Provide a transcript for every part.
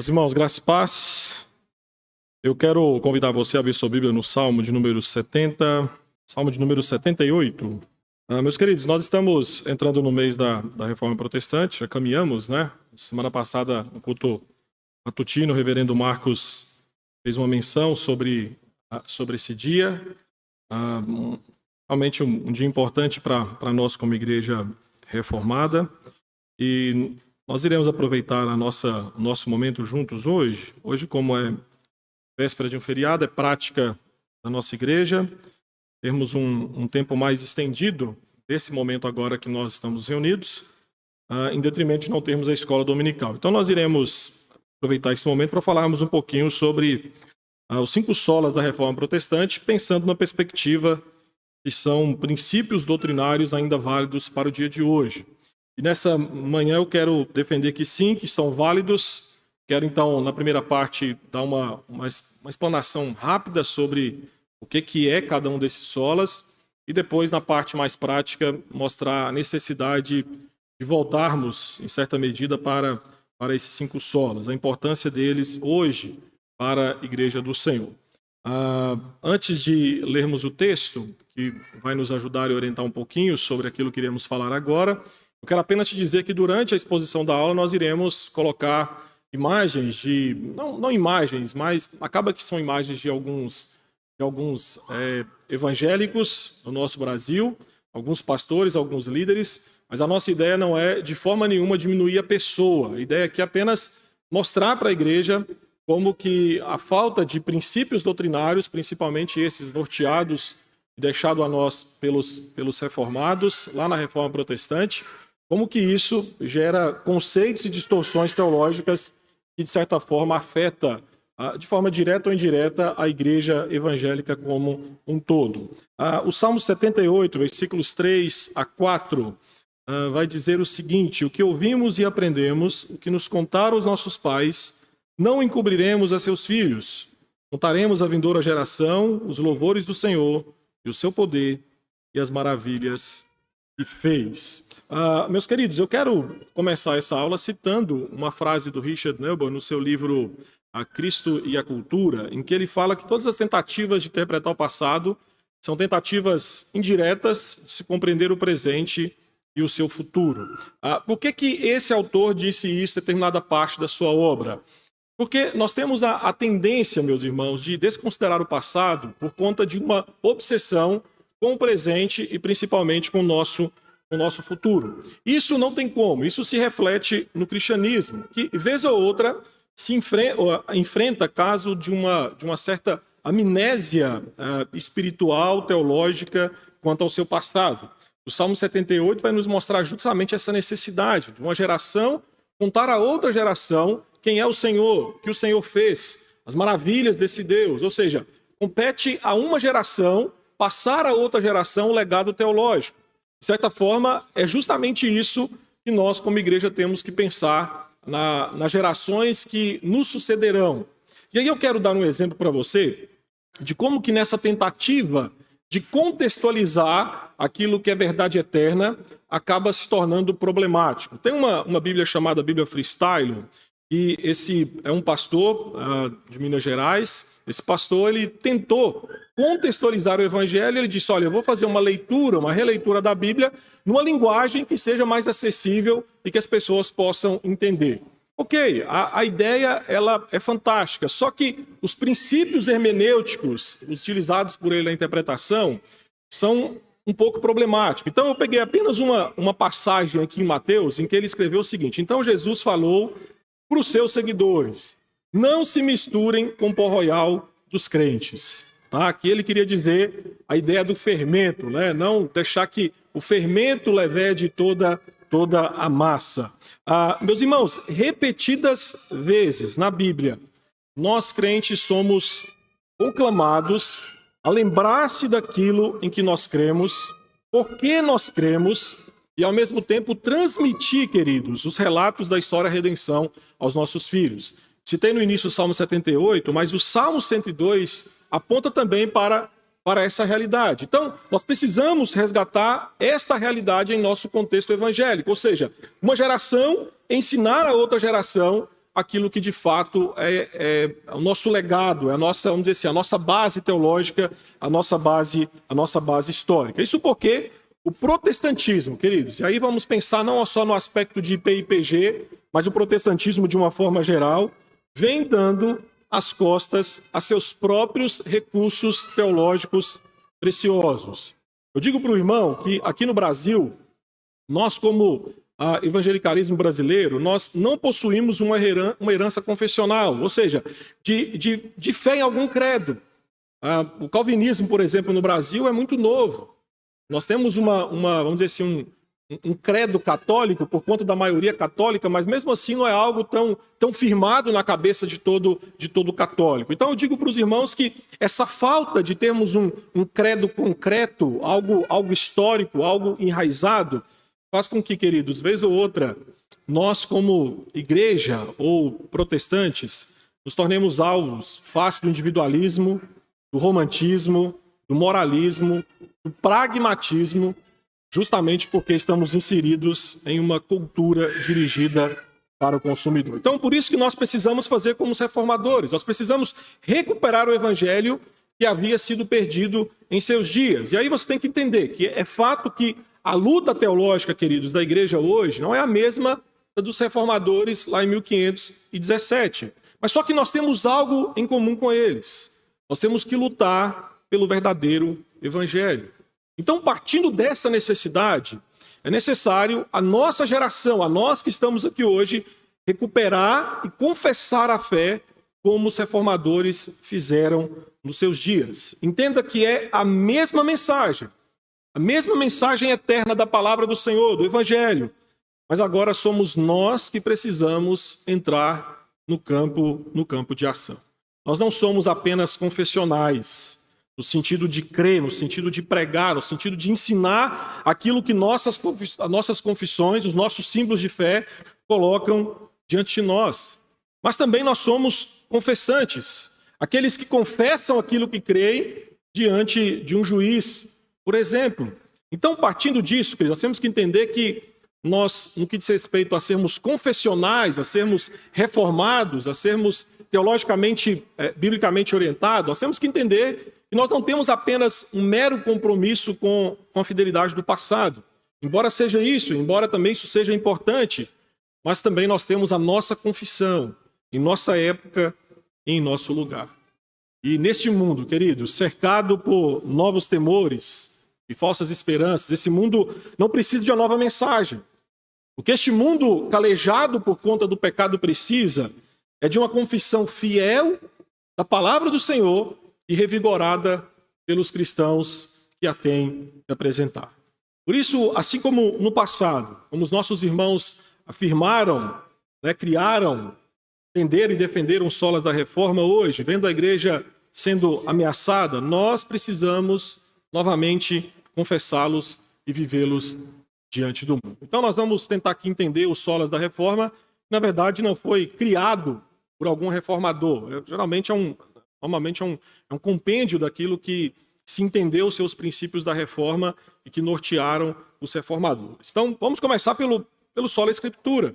Irmãos, graça e paz. Eu quero convidar você a abrir sua Bíblia no Salmo de número 70, Salmo de número 78. Meus queridos, nós estamos entrando no mês da Reforma Protestante, já caminhamos, né? Semana passada, no culto matutino, o reverendo Marcos fez uma menção sobre esse dia. Realmente um dia importante para nós como igreja reformada. E nós iremos aproveitar o nosso momento juntos hoje. Hoje, como é véspera de um feriado, é prática da nossa igreja termos um tempo mais estendido desse momento agora que nós estamos reunidos, em detrimento de não termos a escola dominical. Então nós iremos aproveitar esse momento para falarmos um pouquinho sobre os 5 solas da Reforma Protestante, pensando na perspectiva que são princípios doutrinários ainda válidos para o dia de hoje. E nessa manhã eu quero defender que sim, que são válidos. Quero então, na primeira parte, dar uma explanação rápida sobre o que é cada um desses solas e depois, na parte mais prática, mostrar a necessidade de voltarmos, em certa medida, para esses 5 solas, a importância deles hoje para a Igreja do Senhor. Antes de lermos o texto, que vai nos ajudar e orientar um pouquinho sobre aquilo que iremos falar agora, eu quero apenas te dizer que durante a exposição da aula nós iremos colocar imagens não imagens, mas acaba que são imagens de alguns evangélicos do nosso Brasil, alguns pastores, alguns líderes, mas a nossa ideia não é de forma nenhuma diminuir a pessoa. A ideia aqui é apenas mostrar para a igreja como que a falta de princípios doutrinários, principalmente esses norteados e deixados a nós pelos reformados, lá na Reforma Protestante, como que isso gera conceitos e distorções teológicas que, de certa forma, afeta, de forma direta ou indireta, a igreja evangélica como um todo. O Salmo 78, versículos 3 a 4, vai dizer o seguinte: o que ouvimos e aprendemos, o que nos contaram os nossos pais, não encobriremos a seus filhos. Contaremos à vindoura geração os louvores do Senhor e o seu poder e as maravilhas que fez. Meus queridos, eu quero começar essa aula citando uma frase do Richard Neuber no seu livro Cristo e a Cultura, em que ele fala que todas as tentativas de interpretar o passado são tentativas indiretas de se compreender o presente e o seu futuro. Por que esse autor disse isso em determinada parte da sua obra? Porque nós temos a tendência, meus irmãos, de desconsiderar o passado por conta de uma obsessão com o presente e principalmente com o nosso futuro. Isso não tem como, isso se reflete no cristianismo, que vez ou outra se enfrenta caso de uma certa amnésia espiritual, teológica, quanto ao seu passado. O Salmo 78 vai nos mostrar justamente essa necessidade de uma geração contar a outra geração quem é o Senhor, o que o Senhor fez, as maravilhas desse Deus. Ou seja, compete a uma geração passar a outra geração o legado teológico. De certa forma, é justamente isso que nós, como igreja, temos que pensar nas gerações que nos sucederão. E aí eu quero dar um exemplo para você de como que nessa tentativa de contextualizar aquilo que é verdade eterna acaba se tornando problemático. Tem uma Bíblia chamada Bíblia Freestyle, e esse é um pastor de Minas Gerais. Esse pastor, ele tentou contextualizar o evangelho. Ele disse: olha, eu vou fazer uma releitura da Bíblia numa linguagem que seja mais acessível e que as pessoas possam entender. Ok, a ideia ela é fantástica, só que os princípios hermenêuticos utilizados por ele na interpretação são um pouco problemáticos. Então eu peguei apenas uma passagem aqui em Mateus em que ele escreveu o seguinte: então Jesus falou para os seus seguidores: não se misturem com o pó royal dos crentes. Aqui ele queria dizer a ideia do fermento, né? Não deixar que o fermento levede toda a massa. Meus irmãos, repetidas vezes na Bíblia, nós crentes somos conclamados a lembrar-se daquilo em que nós cremos, por que nós cremos, e ao mesmo tempo transmitir, queridos, os relatos da história da redenção aos nossos filhos. Citei no início o Salmo 78, mas o Salmo 102 aponta também para essa realidade. Então, nós precisamos resgatar esta realidade em nosso contexto evangélico, ou seja, uma geração ensinar a outra geração aquilo que de fato é o nosso legado, é a nossa, vamos dizer assim, a nossa base teológica, a nossa base histórica. Isso porque o protestantismo, queridos, e aí vamos pensar não só no aspecto de PIPG, mas o protestantismo de uma forma geral, vem dando as costas a seus próprios recursos teológicos preciosos. Eu digo para o irmão que aqui no Brasil, nós como evangelicalismo brasileiro, nós não possuímos uma herança confessional, ou seja, de fé em algum credo. O calvinismo, por exemplo, no Brasil é muito novo. Nós temos vamos dizer assim, um credo católico por conta da maioria católica, mas mesmo assim não é algo tão firmado na cabeça de todo católico. Então eu digo para os irmãos que essa falta de termos um credo concreto, algo histórico, algo enraizado, faz com que, queridos, vez ou outra, nós como igreja ou protestantes, nos tornemos alvos fácil do individualismo, do romantismo, do moralismo, do pragmatismo, justamente porque estamos inseridos em uma cultura dirigida para o consumidor. Então, por isso que nós precisamos fazer como os reformadores. Nós precisamos recuperar o evangelho que havia sido perdido em seus dias. E aí você tem que entender que é fato que a luta teológica, queridos, da igreja hoje não é a mesma da dos reformadores lá em 1517. Mas só que nós temos algo em comum com eles. Nós temos que lutar pelo verdadeiro evangelho. Então, partindo dessa necessidade, é necessário a nossa geração, a nós que estamos aqui hoje, recuperar e confessar a fé como os reformadores fizeram nos seus dias. Entenda que é a mesma mensagem eterna da palavra do Senhor, do evangelho. Mas agora somos nós que precisamos entrar no campo de ação. Nós não somos apenas confessionais, no sentido de crer, no sentido de pregar, no sentido de ensinar aquilo que nossas confissões, os nossos símbolos de fé colocam diante de nós. Mas também nós somos confessantes, aqueles que confessam aquilo que creem diante de um juiz, por exemplo. Então, partindo disso, queridos, nós temos que entender que nós, no que diz respeito a sermos confessionais, a sermos reformados, a sermos teologicamente, biblicamente orientados, nós temos que entender que nós não temos apenas um mero compromisso com a fidelidade do passado. Embora seja isso, embora também isso seja importante, mas também nós temos a nossa confissão, em nossa época e em nosso lugar. E neste mundo, queridos, cercado por novos temores e falsas esperanças, esse mundo não precisa de uma nova mensagem. O que este mundo calejado por conta do pecado precisa é de uma confissão fiel da palavra do Senhor e revigorada pelos cristãos que a têm de apresentar. Por isso, assim como no passado, como os nossos irmãos afirmaram, criaram, entenderam e defenderam solas da reforma, hoje, vendo a igreja sendo ameaçada, nós precisamos novamente confessá-los e vivê-los diante do mundo. Então nós vamos tentar aqui entender os solas da reforma, que na verdade não foi criado por algum reformador. Geralmente normalmente é um compêndio daquilo que se entendeu os seus princípios da reforma e que nortearam os reformadores. Então vamos começar pelo sola escritura.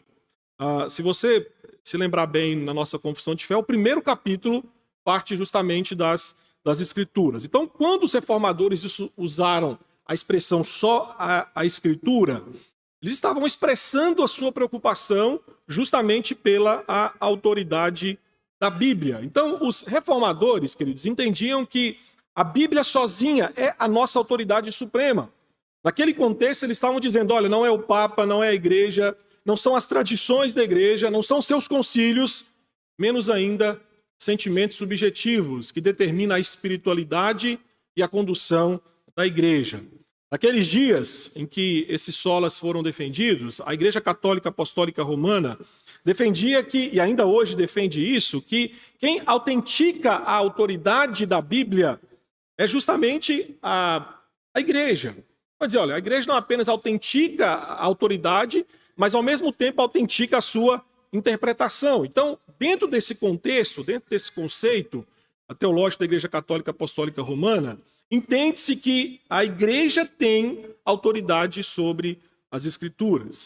Se você se lembrar bem na nossa confissão de fé, o primeiro capítulo parte justamente das escrituras. Então, quando os reformadores usaram a expressão só a escritura, eles estavam expressando a sua preocupação justamente pela autoridade da Bíblia. Então, os reformadores, queridos, entendiam que a Bíblia sozinha é a nossa autoridade suprema. Naquele contexto, eles estavam dizendo, olha, não é o Papa, não é a igreja, não são as tradições da igreja, não são seus concílios, menos ainda sentimentos subjetivos que determinam a espiritualidade e a condução da igreja. Naqueles dias em que esses solas foram defendidos, a Igreja Católica Apostólica Romana defendia que, e ainda hoje defende isso, que quem autentica a autoridade da Bíblia é justamente a igreja. Pode dizer, olha, a igreja não apenas autentica a autoridade, mas ao mesmo tempo autentica a sua interpretação. Então, dentro desse contexto, dentro desse conceito teológico da Igreja Católica Apostólica Romana, entende-se que a igreja tem autoridade sobre as Escrituras.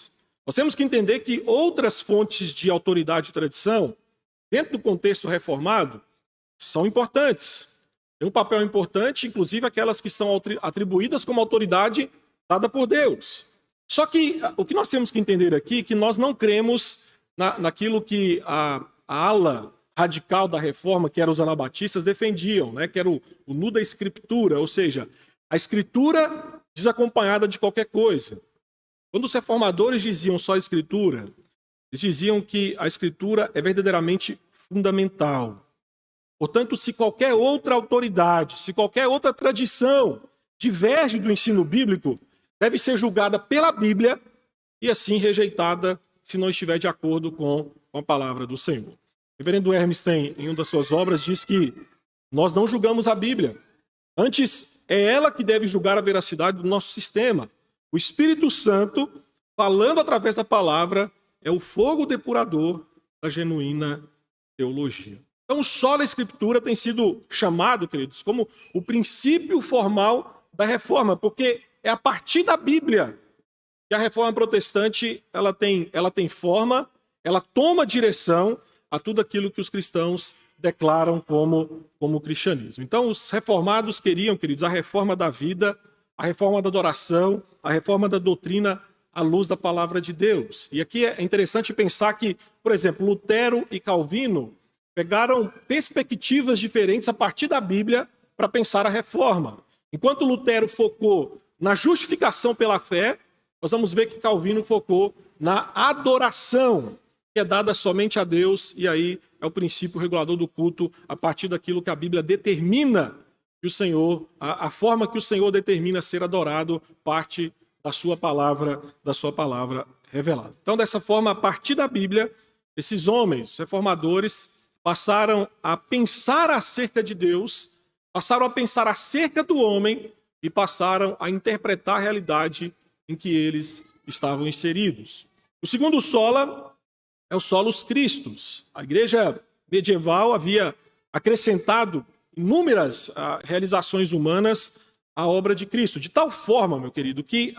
Nós temos que entender que outras fontes de autoridade e tradição, dentro do contexto reformado, são importantes. Tem um papel importante, inclusive aquelas que são atribuídas como autoridade dada por Deus. Só que o que nós temos que entender aqui é que nós não cremos naquilo que a ala radical da reforma, que eram os anabatistas, defendiam, né? Que era o nu da escritura, ou seja, a escritura desacompanhada de qualquer coisa. Quando os reformadores diziam só a escritura, eles diziam que a escritura é verdadeiramente fundamental. Portanto, se qualquer outra autoridade, se qualquer outra tradição diverge do ensino bíblico, deve ser julgada pela Bíblia e assim rejeitada se não estiver de acordo com a palavra do Senhor. O reverendo Hermes tem, em uma das suas obras, diz que nós não julgamos a Bíblia. Antes, é ela que deve julgar a veracidade do nosso sistema. O Espírito Santo, falando através da palavra, é o fogo depurador da genuína teologia. Então, só a Escritura tem sido chamado, queridos, como o princípio formal da reforma, porque é a partir da Bíblia que a reforma protestante ela tem forma, ela toma direção a tudo aquilo que os cristãos declaram como cristianismo. Então, os reformados queriam, queridos, a reforma da vida, a reforma da adoração, a reforma da doutrina à luz da palavra de Deus. E aqui é interessante pensar que, por exemplo, Lutero e Calvino pegaram perspectivas diferentes a partir da Bíblia para pensar a reforma. Enquanto Lutero focou na justificação pela fé, nós vamos ver que Calvino focou na adoração, que é dada somente a Deus, e aí é o princípio regulador do culto a partir daquilo que a Bíblia determina que o Senhor, a forma que o Senhor determina ser adorado, parte da sua palavra revelada. Então, dessa forma, a partir da Bíblia, esses homens reformadores passaram a pensar acerca de Deus, passaram a pensar acerca do homem e passaram a interpretar a realidade em que eles estavam inseridos. O segundo sola é o solus Christus. A igreja medieval havia acrescentado inúmeras realizações humanas à obra de Cristo, de tal forma, meu querido, que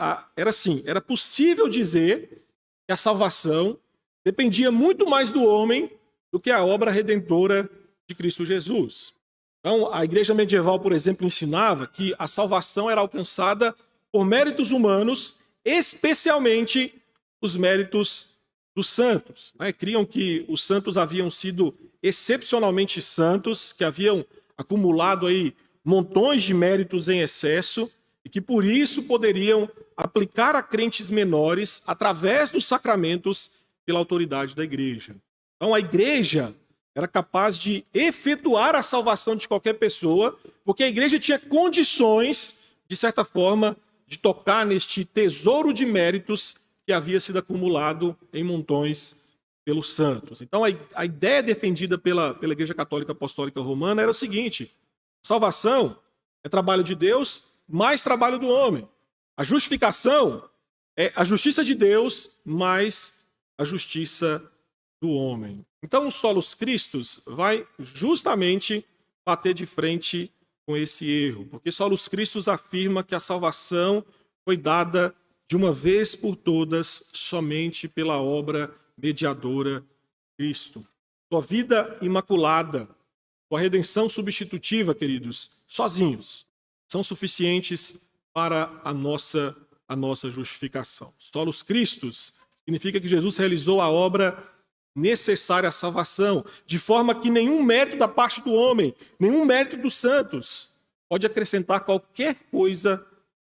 era possível dizer que a salvação dependia muito mais do homem do que a obra redentora de Cristo Jesus. Então, a igreja medieval, por exemplo, ensinava que a salvação era alcançada por méritos humanos, especialmente os méritos dos santos. Criam que os santos haviam sido excepcionalmente santos, que haviam acumulado aí montões de méritos em excesso e que por isso poderiam aplicar a crentes menores através dos sacramentos pela autoridade da igreja. Então, a igreja era capaz de efetuar a salvação de qualquer pessoa, porque a igreja tinha condições, de certa forma, de tocar neste tesouro de méritos que havia sido acumulado em montões pelos santos. Então, a ideia defendida pela Igreja Católica Apostólica Romana era o seguinte: salvação é trabalho de Deus, mais trabalho do homem. A justificação é a justiça de Deus, mais a justiça do homem. Então, o solus Christus vai justamente bater de frente com esse erro, porque solus Christus afirma que a salvação foi dada de uma vez por todas somente pela obra mediadora de Cristo. Sua vida imaculada, sua redenção substitutiva, queridos, sozinhos, são suficientes para a nossa justificação. Solus Christus significa que Jesus realizou a obra necessária à salvação, de forma que nenhum mérito da parte do homem, nenhum mérito dos santos pode acrescentar qualquer coisa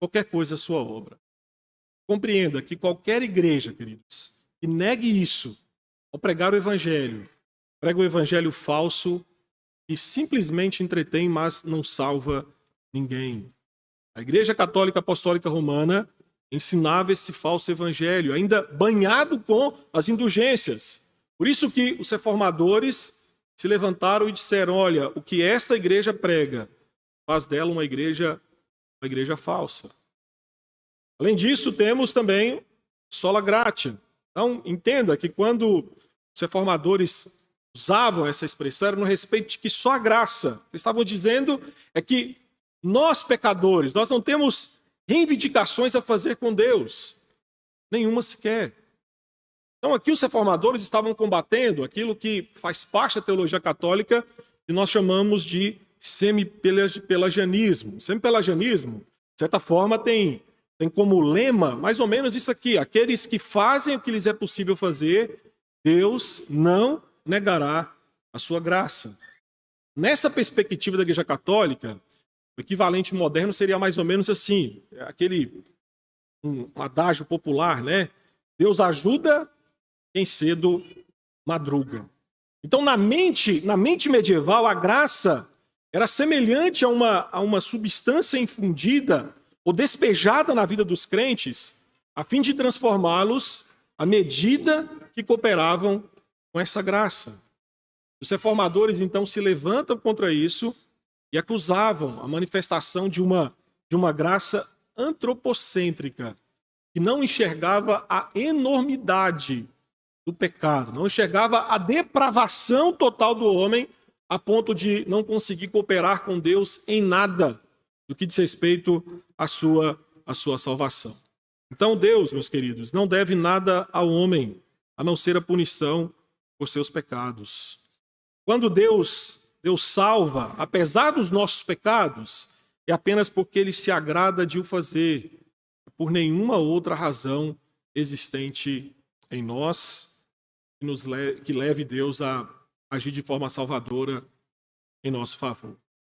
à sua obra. Compreenda que qualquer igreja, queridos, que negue isso ao pregar o evangelho, prega o evangelho falso e simplesmente entretém, mas não salva ninguém. A Igreja Católica Apostólica Romana ensinava esse falso evangelho, ainda banhado com as indulgências. Por isso que os reformadores se levantaram e disseram: olha, o que esta igreja prega faz dela uma igreja falsa. Além disso, temos também sola gratia. Então, entenda que quando os reformadores usavam essa expressão, era no respeito de que só a graça. Eles estavam dizendo é que nós, pecadores, nós não temos reivindicações a fazer com Deus. Nenhuma sequer. Então aqui os reformadores estavam combatendo aquilo que faz parte da teologia católica que nós chamamos de semi-pelagianismo. Semi-pelagianismo, de certa forma, tem como lema mais ou menos isso aqui: aqueles que fazem o que lhes é possível fazer, Deus não negará a sua graça. Nessa perspectiva da Igreja Católica, o equivalente moderno seria mais ou menos assim, um adágio popular, né? Deus ajuda quem cedo madruga. Então, na mente medieval, a graça era semelhante a uma substância infundida ou despejada na vida dos crentes, a fim de transformá-los à medida que cooperavam com essa graça. Os reformadores, então, se levantam contra isso e acusavam a manifestação de uma graça antropocêntrica, que não enxergava a enormidade do pecado, não enxergava a depravação total do homem a ponto de não conseguir cooperar com Deus em nada do que diz respeito à sua salvação. Então Deus, meus queridos, não deve nada ao homem, a não ser a punição por seus pecados. Quando Deus salva, apesar dos nossos pecados, é apenas porque Ele se agrada de o fazer, por nenhuma outra razão existente em nós que leve Deus a agir de forma salvadora em nosso favor.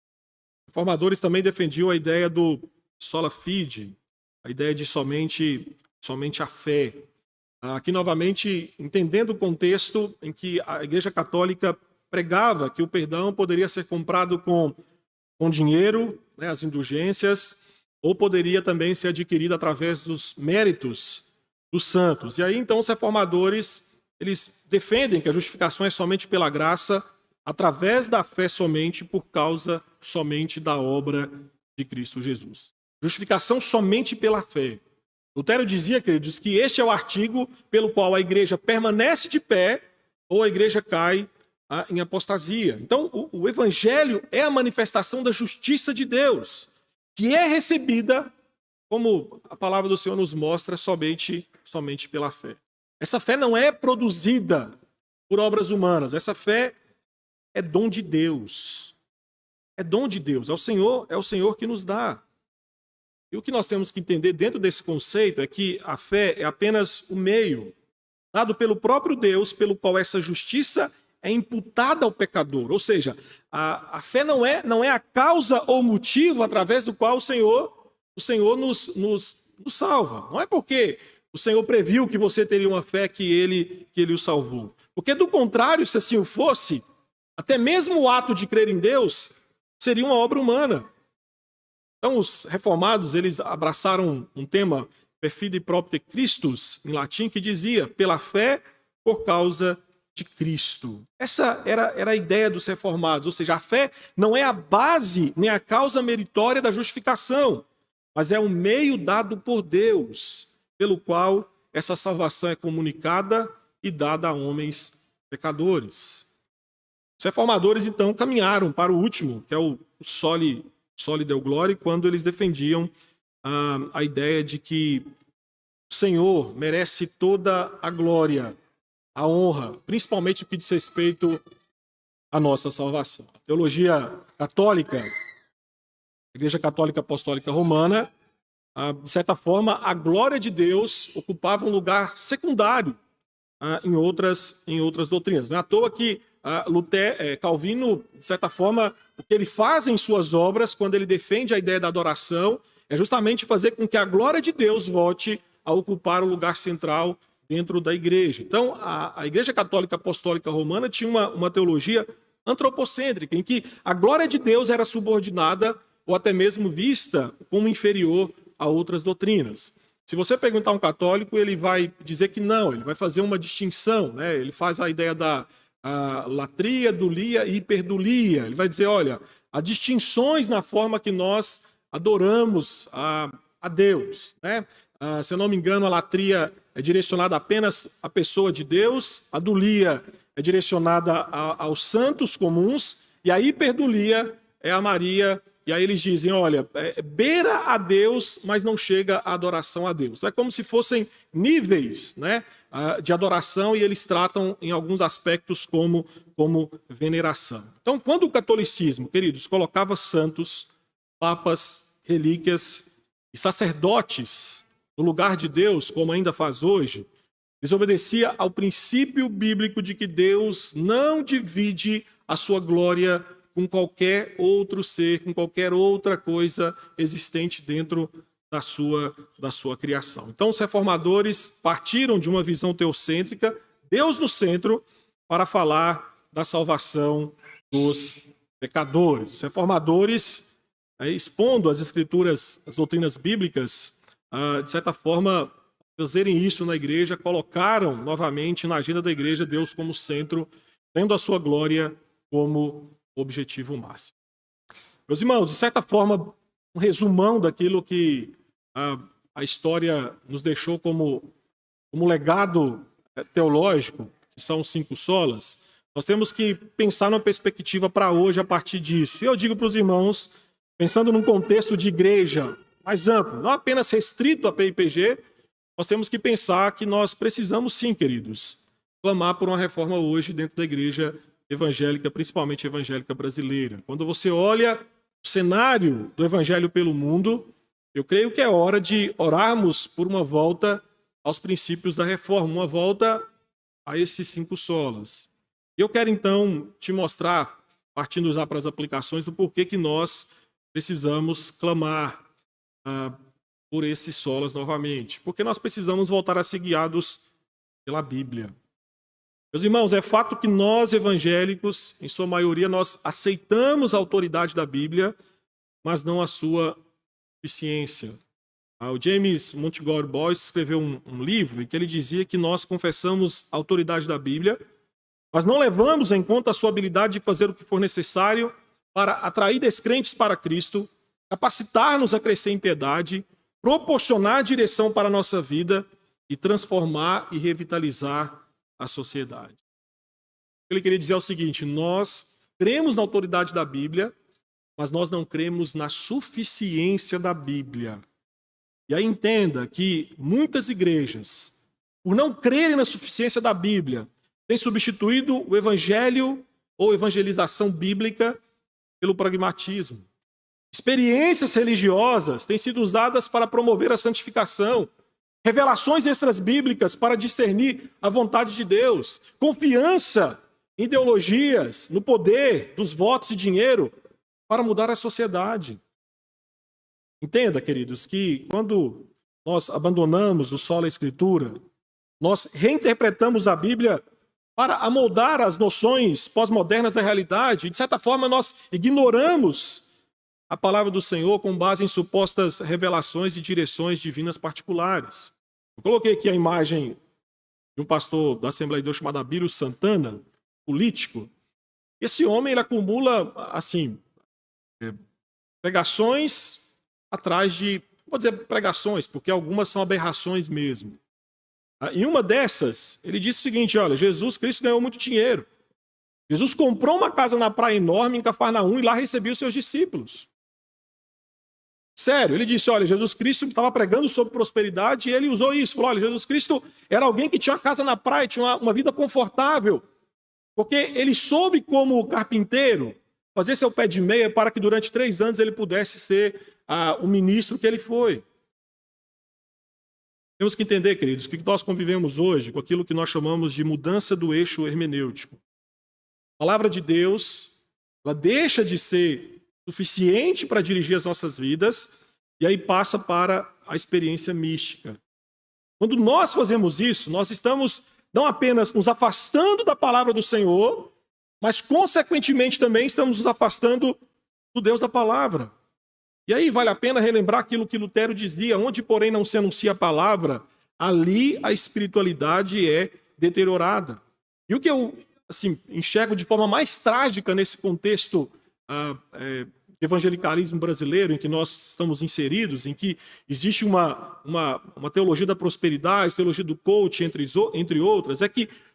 Os reformadores também defendiam a ideia do sola fide, a ideia de somente a fé. Aqui, novamente, entendendo o contexto em que a Igreja Católica pregava que o perdão poderia ser comprado com dinheiro, né, as indulgências, ou poderia também ser adquirido através dos méritos dos santos. E aí, então, os reformadores, eles defendem que a justificação é somente pela graça, através da fé somente, por causa somente da obra de Cristo Jesus. Justificação somente pela fé. Lutero dizia, queridos, que este é o artigo pelo qual a igreja permanece de pé ou a igreja cai em apostasia. Então, o evangelho é a manifestação da justiça de Deus, que é recebida, como a palavra do Senhor nos mostra, somente pela fé. Essa fé não é produzida por obras humanas. Essa fé é dom de Deus. É dom de Deus. É o Senhor que nos dá. E o que nós temos que entender dentro desse conceito é que a fé é apenas o meio dado pelo próprio Deus, pelo qual essa justiça é imputada ao pecador. Ou seja, a fé não é a causa ou motivo através do qual o Senhor nos salva. Não é porque o Senhor previu que você teria uma fé que ele o salvou. Porque, do contrário, se assim o fosse, até mesmo o ato de crer em Deus seria uma obra humana. Então, os reformados, eles abraçaram um tema, per fide propter Christus, em latim, que dizia, pela fé, por causa de Cristo. Essa era a ideia dos reformados, ou seja, a fé não é a base nem a causa meritória da justificação, mas é um meio dado por Deus, pelo qual essa salvação é comunicada e dada a homens pecadores. Os reformadores, então, caminharam para o último, que é o soli deo gloria, quando eles defendiam a ideia de que o Senhor merece toda a glória, a honra, principalmente o que diz respeito à nossa salvação. A teologia católica, a Igreja Católica Apostólica Romana, de certa forma, a glória de Deus ocupava um lugar secundário em outras doutrinas. Não é à toa que Calvino, de certa forma, o que ele faz em suas obras, quando ele defende a ideia da adoração, é justamente fazer com que a glória de Deus volte a ocupar o lugar central dentro da igreja. Então, a Igreja Católica Apostólica Romana tinha uma teologia antropocêntrica, em que a glória de Deus era subordinada ou até mesmo vista como inferior a outras doutrinas. Se você perguntar a um católico, ele vai dizer que não, ele vai fazer uma distinção, né? Ele faz a ideia da latria, dulia e hiperdulia. Ele vai dizer, olha, há distinções na forma que nós adoramos a Deus, né? Se eu não me engano, a latria é direcionada apenas à pessoa de Deus, a dulia é direcionada aos santos comuns, e a hiperdulia é a Maria e aí eles dizem, olha, beira a Deus, mas não chega à adoração a Deus. Então, é como se fossem níveis, né, de adoração, e eles tratam em alguns aspectos como veneração. Então, quando o catolicismo, queridos, colocava santos, papas, relíquias e sacerdotes no lugar de Deus, como ainda faz hoje, desobedecia ao princípio bíblico de que Deus não divide a sua glória com qualquer outro ser, com qualquer outra coisa existente dentro da sua criação. Então, os reformadores partiram de uma visão teocêntrica, Deus no centro, para falar da salvação dos pecadores. Os reformadores, expondo as escrituras, as doutrinas bíblicas, de certa forma, fazerem isso na igreja, colocaram novamente na agenda da igreja Deus como centro, tendo a sua glória como objetivo máximo. Meus irmãos, de certa forma, um resumão daquilo que a história nos deixou como legado teológico, que são os 5 solas, nós temos que pensar numa perspectiva para hoje a partir disso. E eu digo para os irmãos, pensando num contexto de igreja mais amplo, não apenas restrito à PIPG, nós temos que pensar que nós precisamos sim, queridos, clamar por uma reforma hoje dentro da igreja evangélica, principalmente evangélica brasileira. Quando você olha o cenário do evangelho pelo mundo, eu creio que é hora de orarmos por uma volta aos princípios da reforma, uma volta a esses 5 solas. Eu quero então te mostrar, partindo já para as aplicações, do porquê que nós precisamos clamar por esses solas novamente. Porque nós precisamos voltar a ser guiados pela Bíblia. Meus irmãos, é fato que nós evangélicos, em sua maioria, nós aceitamos a autoridade da Bíblia, mas não a sua suficiência. O James Montgomery Boyce escreveu um livro em que ele dizia que nós confessamos a autoridade da Bíblia, mas não levamos em conta a sua habilidade de fazer o que for necessário para atrair descrentes para Cristo, capacitar-nos a crescer em piedade, proporcionar direção para a nossa vida e transformar e revitalizar a sociedade. Ele queria dizer o seguinte: nós cremos na autoridade da Bíblia, mas nós não cremos na suficiência da Bíblia. E aí entenda que muitas igrejas, por não crerem na suficiência da Bíblia, têm substituído o evangelho ou evangelização bíblica pelo pragmatismo. Experiências religiosas têm sido usadas para promover a santificação, revelações extrabíblicas para discernir a vontade de Deus, confiança em ideologias, no poder dos votos e dinheiro para mudar a sociedade. Entenda, queridos, que quando nós abandonamos o solo da Escritura, nós reinterpretamos a Bíblia para amoldar as noções pós-modernas da realidade, e de certa forma nós ignoramos a palavra do Senhor com base em supostas revelações e direções divinas particulares. Eu coloquei aqui a imagem de um pastor da Assembleia de Deus chamado Abílio Santana, político. Esse homem ele acumula, assim, pregações atrás de, não vou dizer pregações, porque algumas são aberrações mesmo. Em uma dessas, ele disse o seguinte: olha, Jesus Cristo ganhou muito dinheiro. Jesus comprou uma casa na praia enorme em Cafarnaum e lá recebia os seus discípulos. Sério, ele disse, olha, Jesus Cristo estava pregando sobre prosperidade e ele usou isso. Falou, olha, Jesus Cristo era alguém que tinha uma casa na praia, tinha uma vida confortável. Porque ele soube como carpinteiro fazer seu pé de meia para que durante 3 anos ele pudesse ser o ministro que ele foi. Temos que entender, queridos, que nós convivemos hoje com aquilo que nós chamamos de mudança do eixo hermenêutico. A palavra de Deus, ela deixa de ser suficiente para dirigir as nossas vidas e aí passa para a experiência mística. Quando nós fazemos isso, nós estamos não apenas nos afastando da palavra do Senhor, mas consequentemente também estamos nos afastando do Deus da palavra. E aí vale a pena relembrar aquilo que Lutero dizia: onde, porém, não se anuncia a palavra, ali a espiritualidade é deteriorada. E o que eu enxergo de forma mais trágica nesse contexto de evangelicalismo brasileiro em que nós estamos inseridos, em que existe uma teologia da prosperidade, teologia do coach, entre outras, é que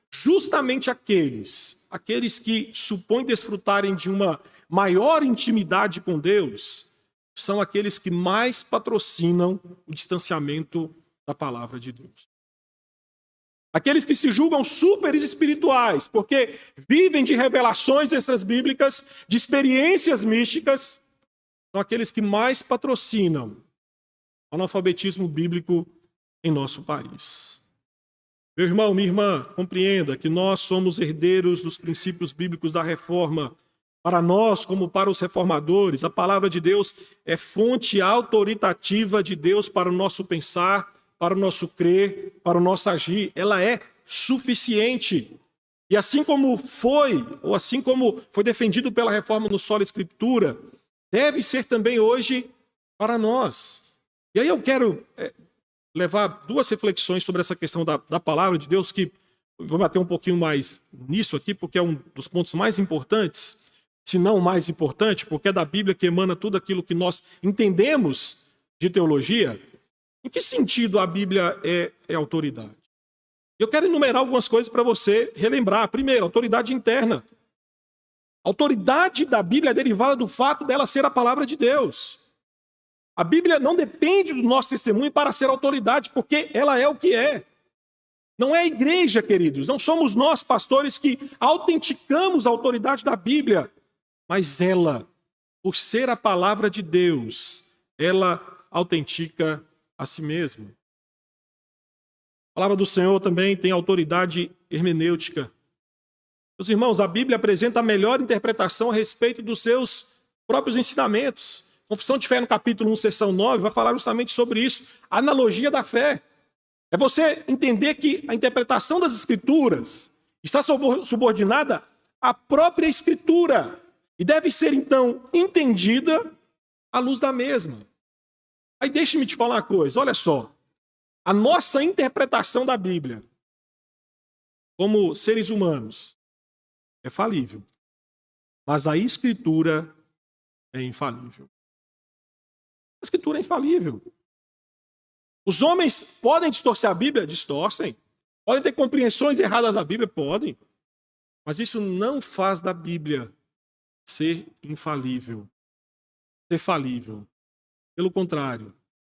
justamente aqueles que supõem desfrutarem de uma maior intimidade com Deus, são aqueles que mais patrocinam o distanciamento da palavra de Deus. Aqueles que se julgam super espirituais, porque vivem de revelações extrabíblicas, de experiências místicas, são aqueles que mais patrocinam o analfabetismo bíblico em nosso país. Meu irmão, minha irmã, compreenda que nós somos herdeiros dos princípios bíblicos da reforma. Para nós, como para os reformadores, a palavra de Deus é fonte autoritativa de Deus para o nosso pensar, para o nosso crer, para o nosso agir. Ela é suficiente. E assim como foi defendido pela reforma no Sola Escritura, deve ser também hoje para nós. E aí eu quero levar duas reflexões sobre essa questão da palavra de Deus, que vou bater um pouquinho mais nisso aqui, porque é um dos pontos mais importantes, se não o mais importante, porque é da Bíblia que emana tudo aquilo que nós entendemos de teologia. Em que sentido a Bíblia é autoridade? Eu quero enumerar algumas coisas para você relembrar. Primeiro, autoridade interna. A autoridade da Bíblia é derivada do fato dela ser a palavra de Deus. A Bíblia não depende do nosso testemunho para ser autoridade, porque ela é o que é. Não é a igreja, queridos. Não somos nós, pastores, que autenticamos a autoridade da Bíblia. Mas ela, por ser a palavra de Deus, ela autentica a si mesma. A palavra do Senhor também tem autoridade hermenêutica. Meus irmãos, a Bíblia apresenta a melhor interpretação a respeito dos seus próprios ensinamentos. Confissão de Fé, no capítulo 1, seção 9, vai falar justamente sobre isso. A analogia da fé. É você entender que a interpretação das Escrituras está subordinada à própria Escritura e deve ser, então, entendida à luz da mesma. Aí deixe-me te falar uma coisa, olha só. A nossa interpretação da Bíblia, como seres humanos, é falível. Mas a Escritura é infalível. A Escritura é infalível. Os homens podem distorcer a Bíblia? Distorcem. Podem ter compreensões erradas da Bíblia? Podem. Mas isso não faz da Bíblia ser infalível, ser falível. Pelo contrário.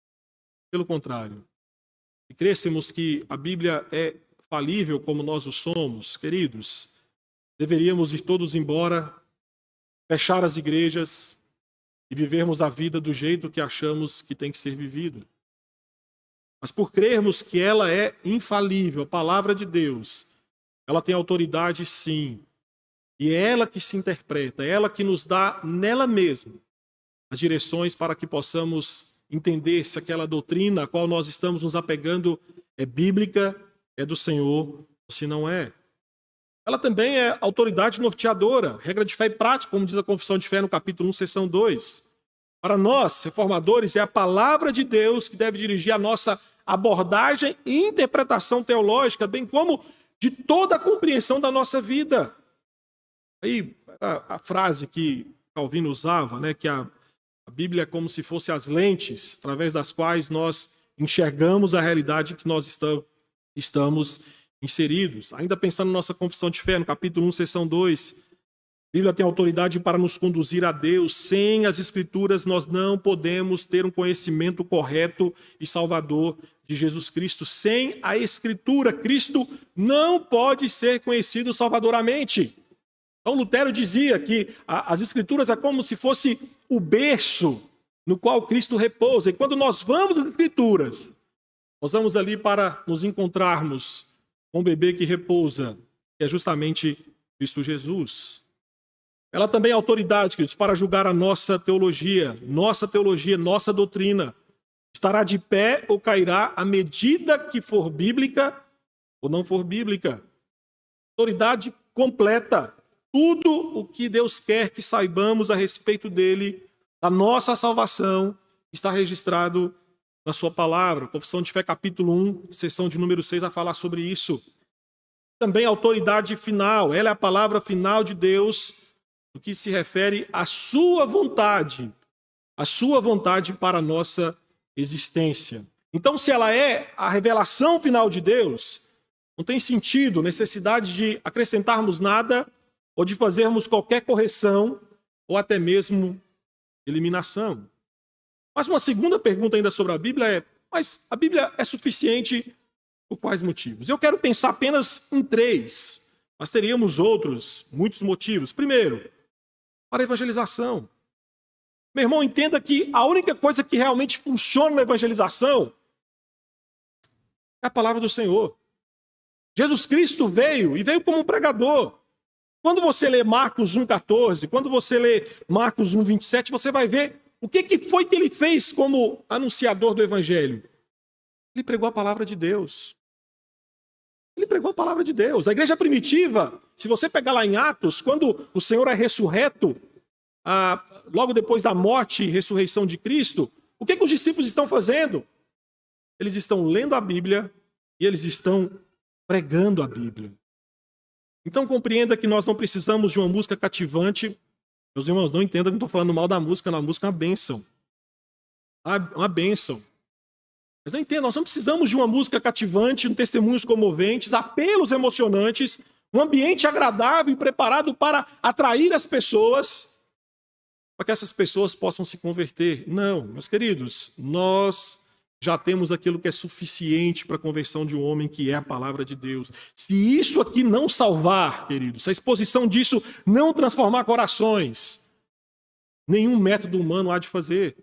Se crêssemos que a Bíblia é falível como nós o somos, queridos, deveríamos ir todos embora, fechar as igrejas e vivermos a vida do jeito que achamos que tem que ser vivida. Mas por crermos que ela é infalível, a palavra de Deus, ela tem autoridade sim. E é ela que se interpreta, é ela que nos dá nela mesma as direções para que possamos entender se aquela doutrina a qual nós estamos nos apegando é bíblica, é do Senhor, ou se não é. Ela também é autoridade norteadora, regra de fé e prática, como diz a Confissão de Fé no capítulo 1, seção 2. Para nós, reformadores, é a palavra de Deus que deve dirigir a nossa abordagem e interpretação teológica, bem como de toda a compreensão da nossa vida. Aí, a frase que Calvino usava, né, que a Bíblia é como se fosse as lentes através das quais nós enxergamos a realidade que nós estamos inseridos. Ainda pensando na nossa Confissão de Fé, no capítulo 1, seção 2, a Bíblia tem autoridade para nos conduzir a Deus. Sem as Escrituras, nós não podemos ter um conhecimento correto e salvador de Jesus Cristo. Sem a Escritura, Cristo não pode ser conhecido salvadoramente. Então, Lutero dizia que as Escrituras é como se fosse o berço no qual Cristo repousa. E quando nós vamos às Escrituras, nós vamos ali para nos encontrarmos com o bebê que repousa, que é justamente Cristo Jesus. Ela também é autoridade, queridos, para julgar a nossa teologia, nossa doutrina. Estará de pé ou cairá à medida que for bíblica ou não for bíblica. Autoridade completa. Tudo o que Deus quer que saibamos a respeito dele, da nossa salvação, está registrado na sua palavra. Confissão de Fé, capítulo 1, seção de número 6, vai falar sobre isso. Também a autoridade final. Ela é a palavra final de Deus, no que se refere à sua vontade para a nossa existência. Então, se ela é a revelação final de Deus, Não tem sentido, necessidade de acrescentarmos nada ou de fazermos qualquer correção ou até mesmo eliminação. Mas uma segunda pergunta ainda sobre a Bíblia é: mas a Bíblia é suficiente por quais motivos? Eu quero pensar apenas em 3, mas teríamos muitos motivos. Primeiro, para a evangelização. Meu irmão, entenda que a única coisa que realmente funciona na evangelização é a palavra do Senhor. Jesus Cristo veio, e veio como um pregador. Quando você lê Marcos 1,14, quando você lê Marcos 1,27, você vai ver o que foi que ele fez como anunciador do Evangelho. Ele pregou a palavra de Deus. Ele pregou a palavra de Deus. A igreja primitiva, se você pegar lá em Atos, quando o Senhor é ressurreto, logo depois da morte e ressurreição de Cristo, o que os discípulos estão fazendo? Eles estão lendo a Bíblia e eles estão pregando a Bíblia. Então compreenda que nós não precisamos de uma música cativante. Meus irmãos, não entendam que não estou falando mal da música, não. A música é uma bênção. Uma bênção. Mas não entendam, nós não precisamos de uma música cativante, testemunhos comoventes, apelos emocionantes, um ambiente agradável e preparado para atrair as pessoas, para que essas pessoas possam se converter. Não, meus queridos, nós já temos aquilo que é suficiente para a conversão de um homem, que é a palavra de Deus. Se isso aqui não salvar, queridos, se a exposição disso não transformar corações, nenhum método humano há de fazer.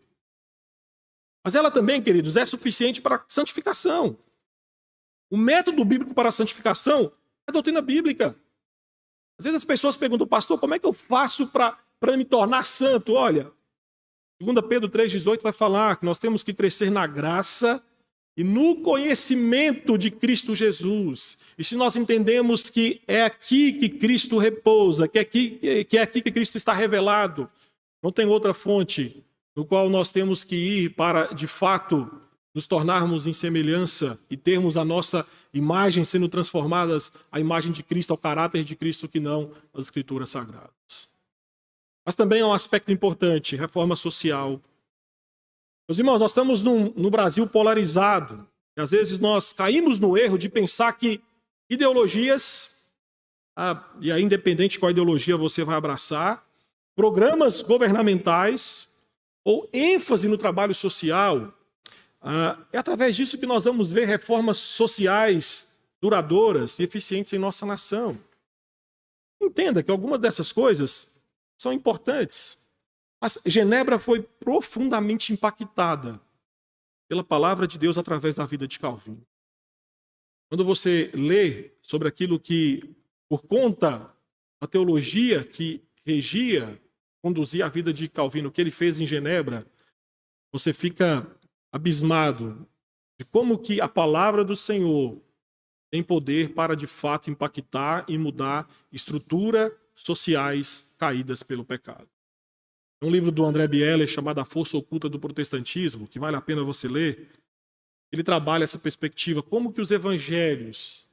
Mas ela também, queridos, é suficiente para a santificação. O método bíblico para a santificação é a doutrina bíblica. Às vezes as pessoas perguntam: pastor, como é que eu faço para me tornar santo? Olha, 2 Pedro 3,18 vai falar que nós temos que crescer na graça e no conhecimento de Cristo Jesus. E se nós entendemos que é aqui que Cristo repousa, que é aqui que Cristo está revelado, não tem outra fonte no qual nós temos que ir para, de fato, nos tornarmos em semelhança e termos a nossa imagem sendo transformadas à imagem de Cristo, ao caráter de Cristo, que não as Escrituras Sagradas. Mas também é um aspecto importante: reforma social. Meus irmãos, nós estamos no Brasil polarizado. E às vezes nós caímos no erro de pensar que ideologias, e aí independente de qual ideologia você vai abraçar, programas governamentais ou ênfase no trabalho social, é através disso que nós vamos ver reformas sociais duradouras e eficientes em nossa nação. Entenda que algumas dessas coisas são importantes. Mas Genebra foi profundamente impactada pela palavra de Deus através da vida de Calvino. Quando você lê sobre aquilo que, por conta da teologia que conduzia a vida de Calvino, o que ele fez em Genebra, você fica abismado de como que a palavra do Senhor tem poder para, de fato, impactar e mudar estruturas sociais caídas pelo pecado. É um livro do André Bieler chamado A Força Oculta do Protestantismo, que vale a pena você ler. Ele trabalha essa perspectiva, como que os evangélicos,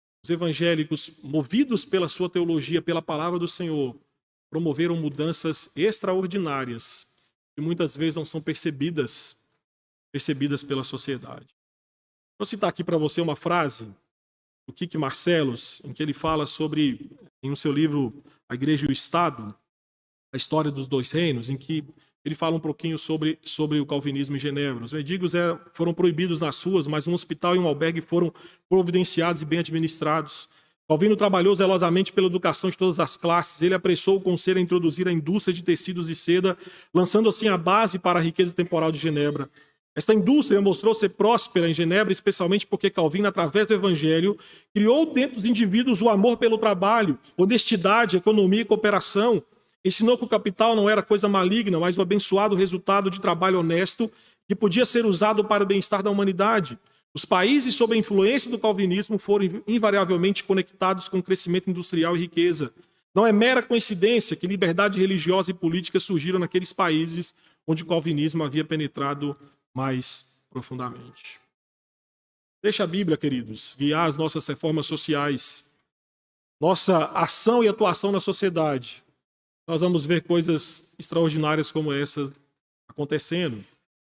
movidos pela sua teologia, pela palavra do Senhor, promoveram mudanças extraordinárias que muitas vezes não são percebidas pela sociedade. Vou citar aqui para você uma frase do Kiki Marcelos, em que ele fala sobre, em seu livro A Igreja e o Estado, a história dos dois reinos, em que ele fala um pouquinho sobre o calvinismo em Genebra. Os mendigos foram proibidos nas ruas, mas um hospital e um albergue foram providenciados e bem administrados. Calvino trabalhou zelosamente pela educação de todas as classes. Ele apressou o conselho a introduzir a indústria de tecidos e seda, lançando assim a base para a riqueza temporal de Genebra. Esta indústria mostrou ser próspera em Genebra, especialmente porque Calvino, através do Evangelho, criou dentro dos indivíduos o amor pelo trabalho, honestidade, economia e cooperação. Ensinou que o capital não era coisa maligna, mas o abençoado resultado de trabalho honesto que podia ser usado para o bem-estar da humanidade. Os países sob a influência do calvinismo foram invariavelmente conectados com crescimento industrial e riqueza. Não é mera coincidência que liberdade religiosa e política surgiram naqueles países onde o calvinismo havia penetrado mais profundamente. Deixa a Bíblia, queridos, guiar as nossas reformas sociais, nossa ação e atuação na sociedade. Nós vamos ver coisas extraordinárias como essa acontecendo.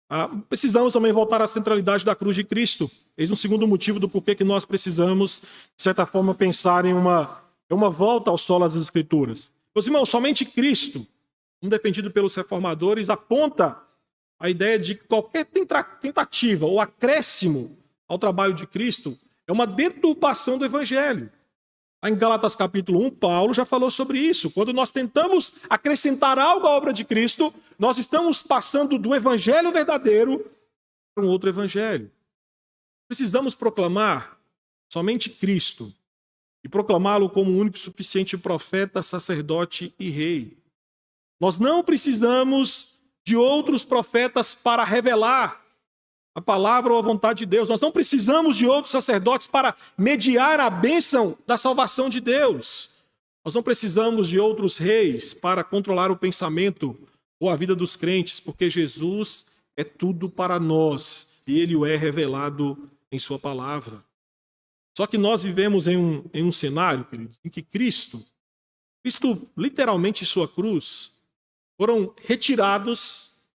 Precisamos também voltar à centralidade da cruz de Cristo. Eis um segundo motivo do porquê que nós precisamos, de certa forma, pensar em uma volta ao solo das Escrituras. Meus irmãos, somente Cristo, como defendido pelos reformadores, aponta a ideia de que qualquer tentativa ou acréscimo ao trabalho de Cristo é uma deturpação do Evangelho. Em Gálatas capítulo 1, Paulo já falou sobre isso. Quando nós tentamos acrescentar algo à obra de Cristo, nós estamos passando do evangelho verdadeiro para um outro evangelho. Precisamos proclamar somente Cristo e proclamá-lo como o único e suficiente profeta, sacerdote e rei. Nós não precisamos de outros profetas para revelar a palavra ou a vontade de Deus. Nós não precisamos de outros sacerdotes para mediar a bênção da salvação de Deus. Nós não precisamos de outros reis para controlar o pensamento ou a vida dos crentes, porque Jesus é tudo para nós e Ele o é revelado em sua palavra. Só que nós vivemos em um cenário, queridos, em que Cristo, literalmente em sua cruz, foram retirados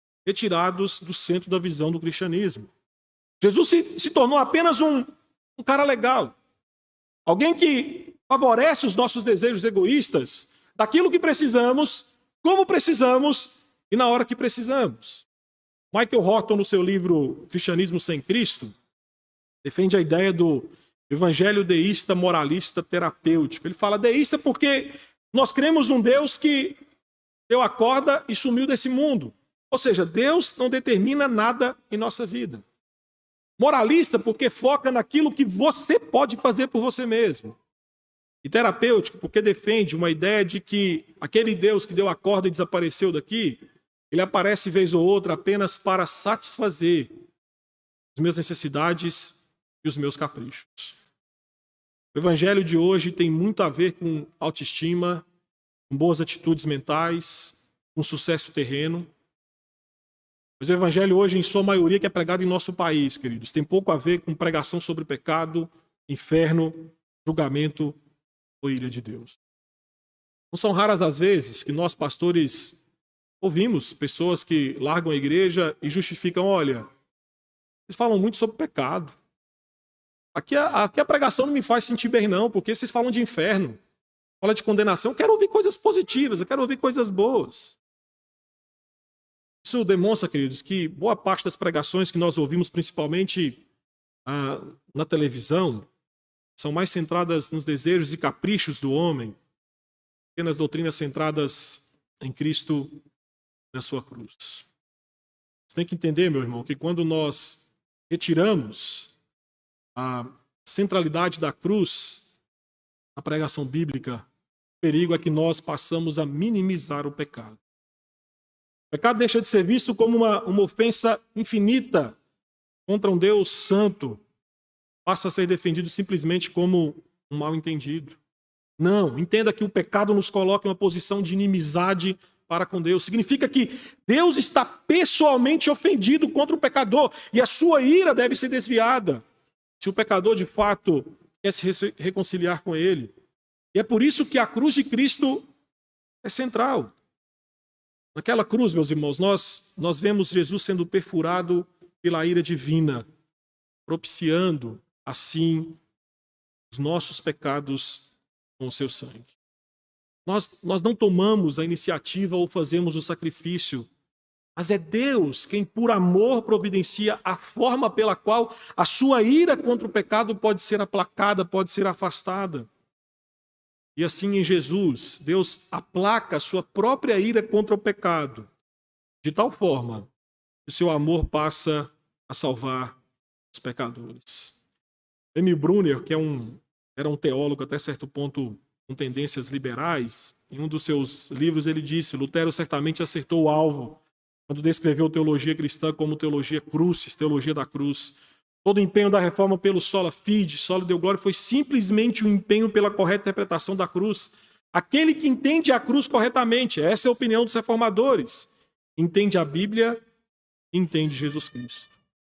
do centro da visão do cristianismo. Jesus se tornou apenas um cara legal. Alguém que favorece os nossos desejos egoístas daquilo que precisamos, como precisamos e na hora que precisamos. Michael Horton, no seu livro Cristianismo Sem Cristo, defende a ideia do evangelho deísta, moralista, terapêutico. Ele fala deísta porque nós cremos num Deus que deu a corda e sumiu desse mundo. Ou seja, Deus não determina nada em nossa vida. Moralista porque foca naquilo que você pode fazer por você mesmo. E terapêutico porque defende uma ideia de que aquele Deus que deu a corda e desapareceu daqui, ele aparece vez ou outra apenas para satisfazer as minhas necessidades e os meus caprichos. O evangelho de hoje tem muito a ver com autoestima, com boas atitudes mentais, com sucesso terreno. Mas o evangelho hoje, em sua maioria, que é pregado em nosso país, queridos, tem pouco a ver com pregação sobre pecado, inferno, julgamento ou ira de Deus. Não são raras as vezes que nós, pastores, ouvimos pessoas que largam a igreja e justificam, olha, vocês falam muito sobre pecado. Aqui a pregação não me faz sentir bem não, porque vocês falam de inferno, falam de condenação. Eu quero ouvir coisas positivas, eu quero ouvir coisas boas. Isso demonstra, queridos, que boa parte das pregações que nós ouvimos, principalmente na televisão, são mais centradas nos desejos e caprichos do homem, que nas doutrinas centradas em Cristo na sua cruz. Você tem que entender, meu irmão, que quando nós retiramos a centralidade da cruz na pregação bíblica, o perigo é que nós passamos a minimizar o pecado. O pecado deixa de ser visto como uma ofensa infinita contra um Deus santo. Passa a ser defendido simplesmente como um mal-entendido. Não, entenda que o pecado nos coloca em uma posição de inimizade para com Deus. Significa que Deus está pessoalmente ofendido contra o pecador e a sua ira deve ser desviada se o pecador de fato quer se reconciliar com ele. E é por isso que a cruz de Cristo é central. Naquela cruz, meus irmãos, nós vemos Jesus sendo perfurado pela ira divina, propiciando, assim, os nossos pecados com o seu sangue. Nós não tomamos a iniciativa ou fazemos o sacrifício, mas é Deus quem, por amor, providencia a forma pela qual a sua ira contra o pecado pode ser aplacada, pode ser afastada. E assim em Jesus, Deus aplaca a sua própria ira contra o pecado, de tal forma que o seu amor passa a salvar os pecadores. Emil Brunner, que era um teólogo até certo ponto com tendências liberais, em um dos seus livros ele disse: Lutero certamente acertou o alvo quando descreveu teologia cristã como teologia crucis, teologia da cruz. Todo o empenho da reforma pelo sola fide, sola deu glória, foi simplesmente um empenho pela correta interpretação da cruz. Aquele que entende a cruz corretamente, essa é a opinião dos reformadores, entende a Bíblia, entende Jesus Cristo.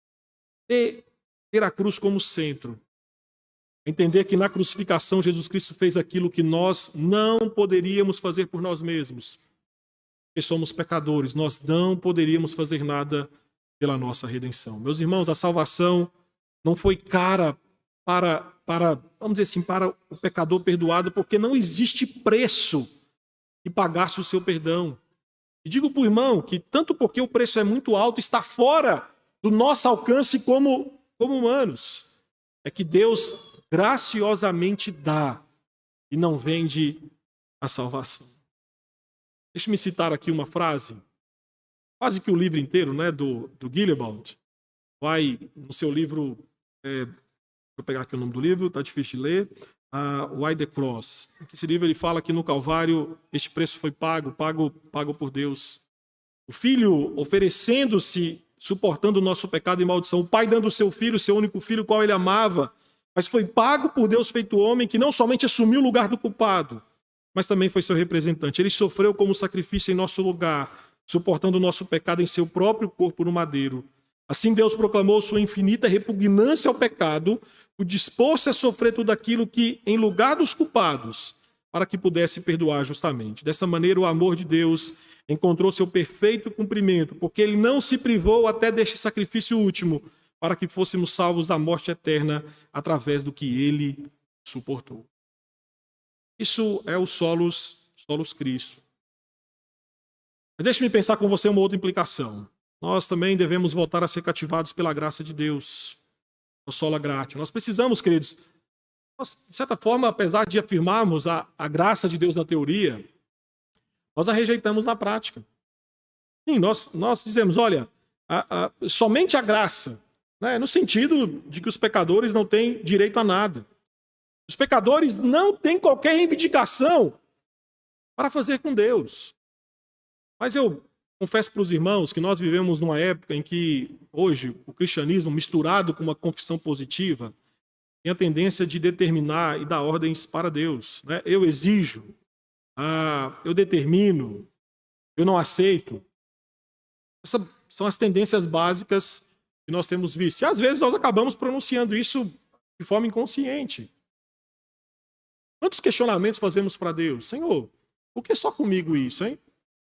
Ter a cruz como centro, entender que na crucificação Jesus Cristo fez aquilo que nós não poderíamos fazer por nós mesmos. Porque somos pecadores, nós não poderíamos fazer nada pela nossa redenção. Meus irmãos, a salvação não foi cara vamos dizer assim, para o pecador perdoado, porque não existe preço que pagasse o seu perdão. E digo para o irmão que, tanto porque o preço é muito alto, está fora do nosso alcance como humanos, é que Deus graciosamente dá e não vende a salvação. Deixe-me citar aqui uma frase, quase que o livro inteiro, né, do Guillebaud, vai no seu livro, vou pegar aqui o nome do livro, está difícil de ler, Why the Cross. Esse livro ele fala que no Calvário este preço foi pago por Deus. O Filho oferecendo-se, suportando o nosso pecado e maldição. O Pai dando o seu Filho, seu único Filho, o qual ele amava. Mas foi pago por Deus feito homem, que não somente assumiu o lugar do culpado, mas também foi seu representante. Ele sofreu como sacrifício em nosso lugar, suportando o nosso pecado em seu próprio corpo no madeiro. Assim Deus proclamou sua infinita repugnância ao pecado, o dispôs-se a sofrer tudo aquilo que, em lugar dos culpados, para que pudesse perdoar justamente. Dessa maneira, o amor de Deus encontrou seu perfeito cumprimento, porque ele não se privou até deste sacrifício último, para que fôssemos salvos da morte eterna através do que ele suportou. Isso é o solos Cristo. Mas deixe-me pensar com você uma outra implicação. Nós também devemos voltar a ser cativados pela graça de Deus. O sola gratia. Nós precisamos, queridos, nós, de certa forma, apesar de afirmarmos a graça de Deus na teoria, nós a rejeitamos na prática. Sim, nós dizemos, olha, somente a graça, né, no sentido de que os pecadores não têm direito a nada. Os pecadores não têm qualquer reivindicação para fazer com Deus. Mas eu confesso para os irmãos que nós vivemos numa época em que, hoje, o cristianismo, misturado com uma confissão positiva, tem a tendência de determinar e dar ordens para Deus. Né? Eu exijo, eu determino, eu não aceito. Essas são as tendências básicas que nós temos visto. E às vezes nós acabamos pronunciando isso de forma inconsciente. Quantos questionamentos fazemos para Deus? Senhor, por que só comigo isso, hein?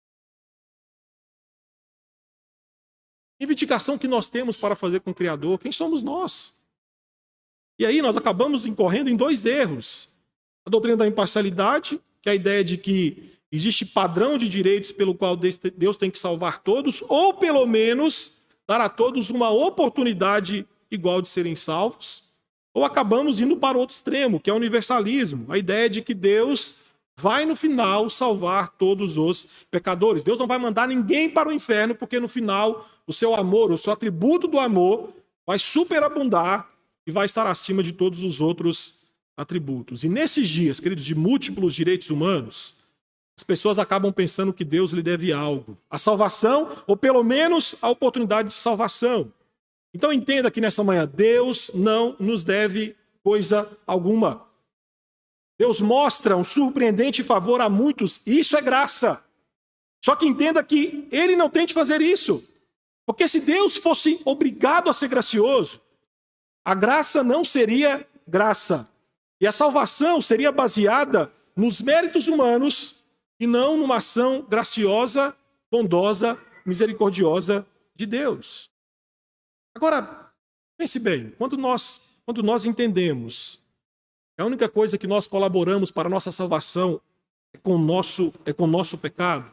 Reivindicação que nós temos para fazer com o Criador, quem somos nós? E aí nós acabamos incorrendo em dois erros. A doutrina da imparcialidade, que é a ideia de que existe padrão de direitos pelo qual Deus tem que salvar todos, ou pelo menos dar a todos uma oportunidade igual de serem salvos, ou acabamos indo para o outro extremo, que é o universalismo, a ideia de que Deus vai no final salvar todos os pecadores. Deus não vai mandar ninguém para o inferno, porque no final o seu amor, o seu atributo do amor vai superabundar e vai estar acima de todos os outros atributos. E nesses dias, queridos, de múltiplos direitos humanos, as pessoas acabam pensando que Deus lhe deve algo. A salvação, ou pelo menos a oportunidade de salvação. Então entenda que nessa manhã, Deus não nos deve coisa alguma. Deus mostra um surpreendente favor a muitos, e isso é graça. Só que entenda que ele não tem de fazer isso. Porque se Deus fosse obrigado a ser gracioso, a graça não seria graça. E a salvação seria baseada nos méritos humanos e não numa ação graciosa, bondosa, misericordiosa de Deus. Agora, pense bem, quando nós entendemos que a única coisa que nós colaboramos para a nossa salvação é com o nosso pecado,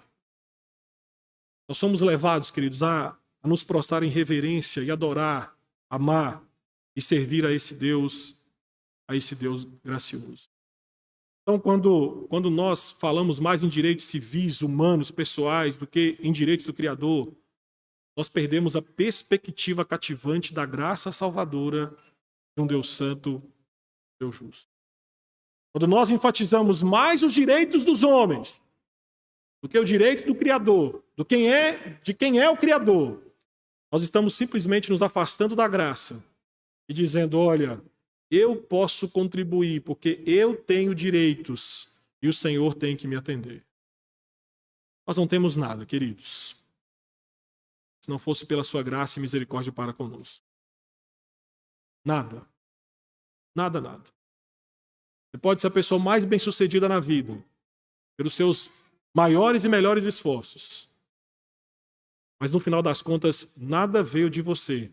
nós somos levados, queridos, a nos prostrar em reverência e adorar, amar e servir a esse Deus gracioso. Então, quando nós falamos mais em direitos civis, humanos, pessoais, do que em direitos do Criador, nós perdemos a perspectiva cativante da graça salvadora de um Deus santo, Deus justo. Quando nós enfatizamos mais os direitos dos homens do que o direito do Criador, de quem é o Criador, nós estamos simplesmente nos afastando da graça e dizendo, olha, eu posso contribuir porque eu tenho direitos e o Senhor tem que me atender. Nós não temos nada, queridos, se não fosse pela sua graça e misericórdia para conosco. Nada. Nada, nada. Você pode ser a pessoa mais bem-sucedida na vida, pelos seus maiores e melhores esforços. mas no final das contas, nada veio de você.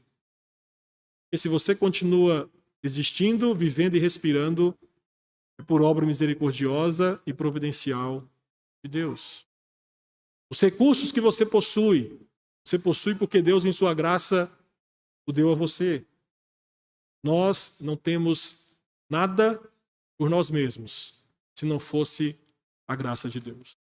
E se você continua existindo, vivendo e respirando, é por obra misericordiosa e providencial de Deus. Os recursos que você possui porque Deus, em sua graça, o deu a você. Nós não temos nada por nós mesmos, se não fosse a graça de Deus.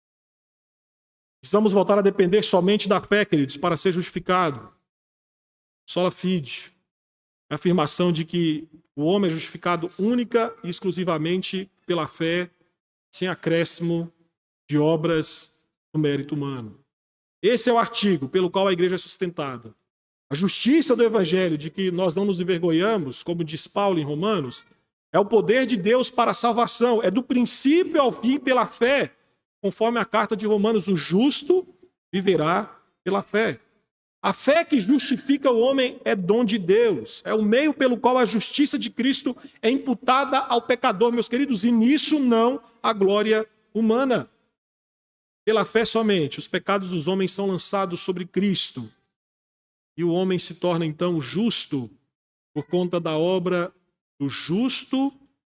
Precisamos voltar a depender somente da fé, queridos, para ser justificado. Sola fide. A afirmação de que o homem é justificado única e exclusivamente pela fé, sem acréscimo de obras do mérito humano. Esse é o artigo pelo qual a igreja é sustentada. A justiça do evangelho, de que nós não nos envergonhamos, como diz Paulo em Romanos, é o poder de Deus para a salvação, é do princípio ao fim pela fé, conforme a carta de Romanos, o justo viverá pela fé. A fé que justifica o homem é dom de Deus, é o meio pelo qual a justiça de Cristo é imputada ao pecador, meus queridos, e nisso não a glória humana. Pela fé somente, os pecados dos homens são lançados sobre Cristo, e o homem se torna então justo por conta da obra do justo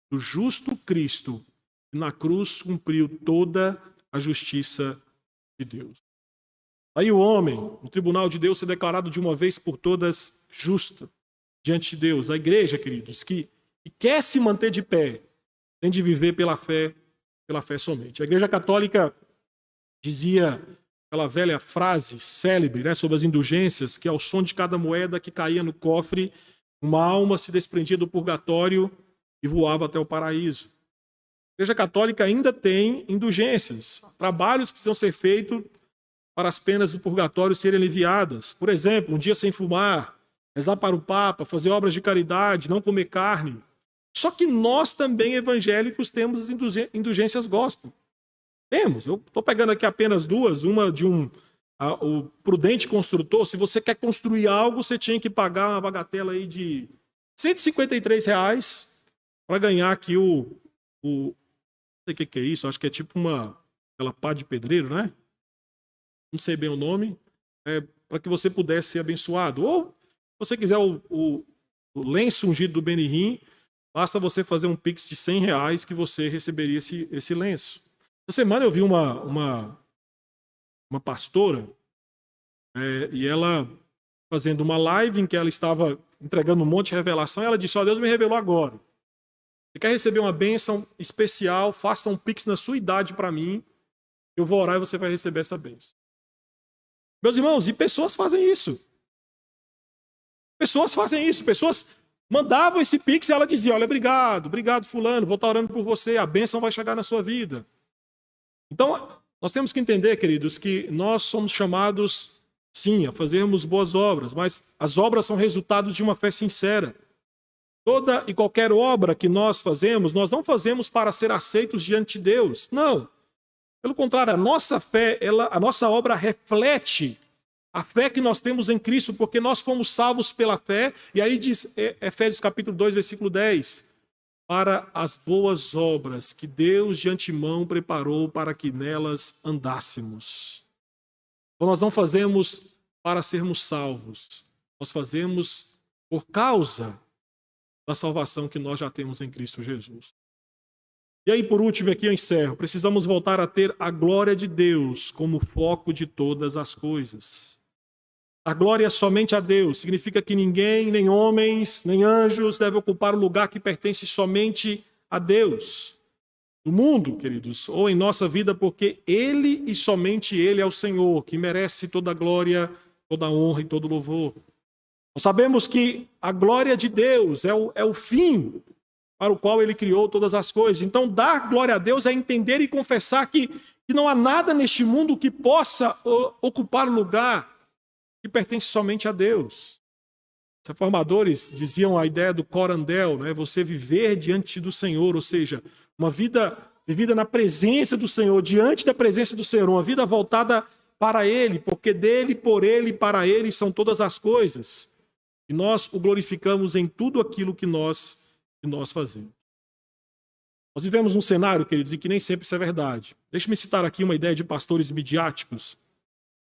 Cristo, que na cruz cumpriu toda a justiça de Deus. Aí o homem, no tribunal de Deus, é declarado de uma vez por todas justo diante de Deus. A igreja, queridos, que quer se manter de pé, tem de viver pela fé somente. A igreja católica dizia aquela velha frase célebre, né, sobre as indulgências, que ao som de cada moeda que caía no cofre, uma alma se desprendia do purgatório e voava até o paraíso. A igreja católica ainda tem indulgências, trabalhos que precisam ser feitos para as penas do purgatório serem aliviadas. Por exemplo, um dia sem fumar, rezar para o Papa, fazer obras de caridade, não comer carne. Só que nós também, evangélicos, temos as indulgências gospel. Temos. Eu estou pegando aqui apenas duas. Uma de o prudente construtor. Se você quer construir algo, você tinha que pagar uma bagatela aí de R$153 para ganhar aqui não sei o que é isso, acho que é tipo aquela pá de pedreiro, né? Não sei bem o nome, para que você pudesse ser abençoado. Ou, se você quiser o lenço ungido do Benihim, basta você fazer um pix de R$100 que você receberia esse lenço. Essa semana eu vi uma pastora, e ela fazendo uma live em que ela estava entregando um monte de revelação, e ela disse: Deus me revelou agora. Você quer receber uma bênção especial, faça um pix na sua idade para mim, eu vou orar e você vai receber essa bênção. Meus irmãos, e pessoas fazem isso. Pessoas mandavam esse pix e ela dizia: olha, obrigado fulano, vou estar orando por você, a bênção vai chegar na sua vida. Então, nós temos que entender, queridos, que nós somos chamados, sim, a fazermos boas obras, mas as obras são resultado de uma fé sincera. Toda e qualquer obra que nós fazemos, nós não fazemos para ser aceitos diante de Deus. Não. Pelo contrário, a nossa fé, a nossa obra reflete a fé que nós temos em Cristo, porque nós fomos salvos pela fé. E aí diz Efésios capítulo 2, versículo 10, para as boas obras que Deus de antemão preparou para que nelas andássemos. Então nós não fazemos para sermos salvos, nós fazemos por causa da salvação que nós já temos em Cristo Jesus. E aí, por último, aqui eu encerro. Precisamos voltar a ter a glória de Deus como foco de todas as coisas. A glória somente a Deus significa que ninguém, nem homens, nem anjos, deve ocupar o lugar que pertence somente a Deus. No mundo, queridos, ou em nossa vida, porque Ele e somente Ele é o Senhor, que merece toda a glória, toda a honra e todo o louvor. Nós sabemos que a glória de Deus é o fim para o qual Ele criou todas as coisas. Então, dar glória a Deus é entender e confessar que não há nada neste mundo que possa ocupar o lugar que pertence somente a Deus. Os reformadores diziam a ideia do corandel, né? Você viver diante do Senhor, ou seja, uma vida vivida na presença do Senhor, diante da presença do Senhor, uma vida voltada para Ele, porque dele, por Ele e para Ele são todas as coisas. E nós o glorificamos em tudo aquilo que nós fazemos. Nós vivemos num cenário, queridos, em que nem sempre isso é verdade. Deixe-me citar aqui uma ideia de pastores midiáticos.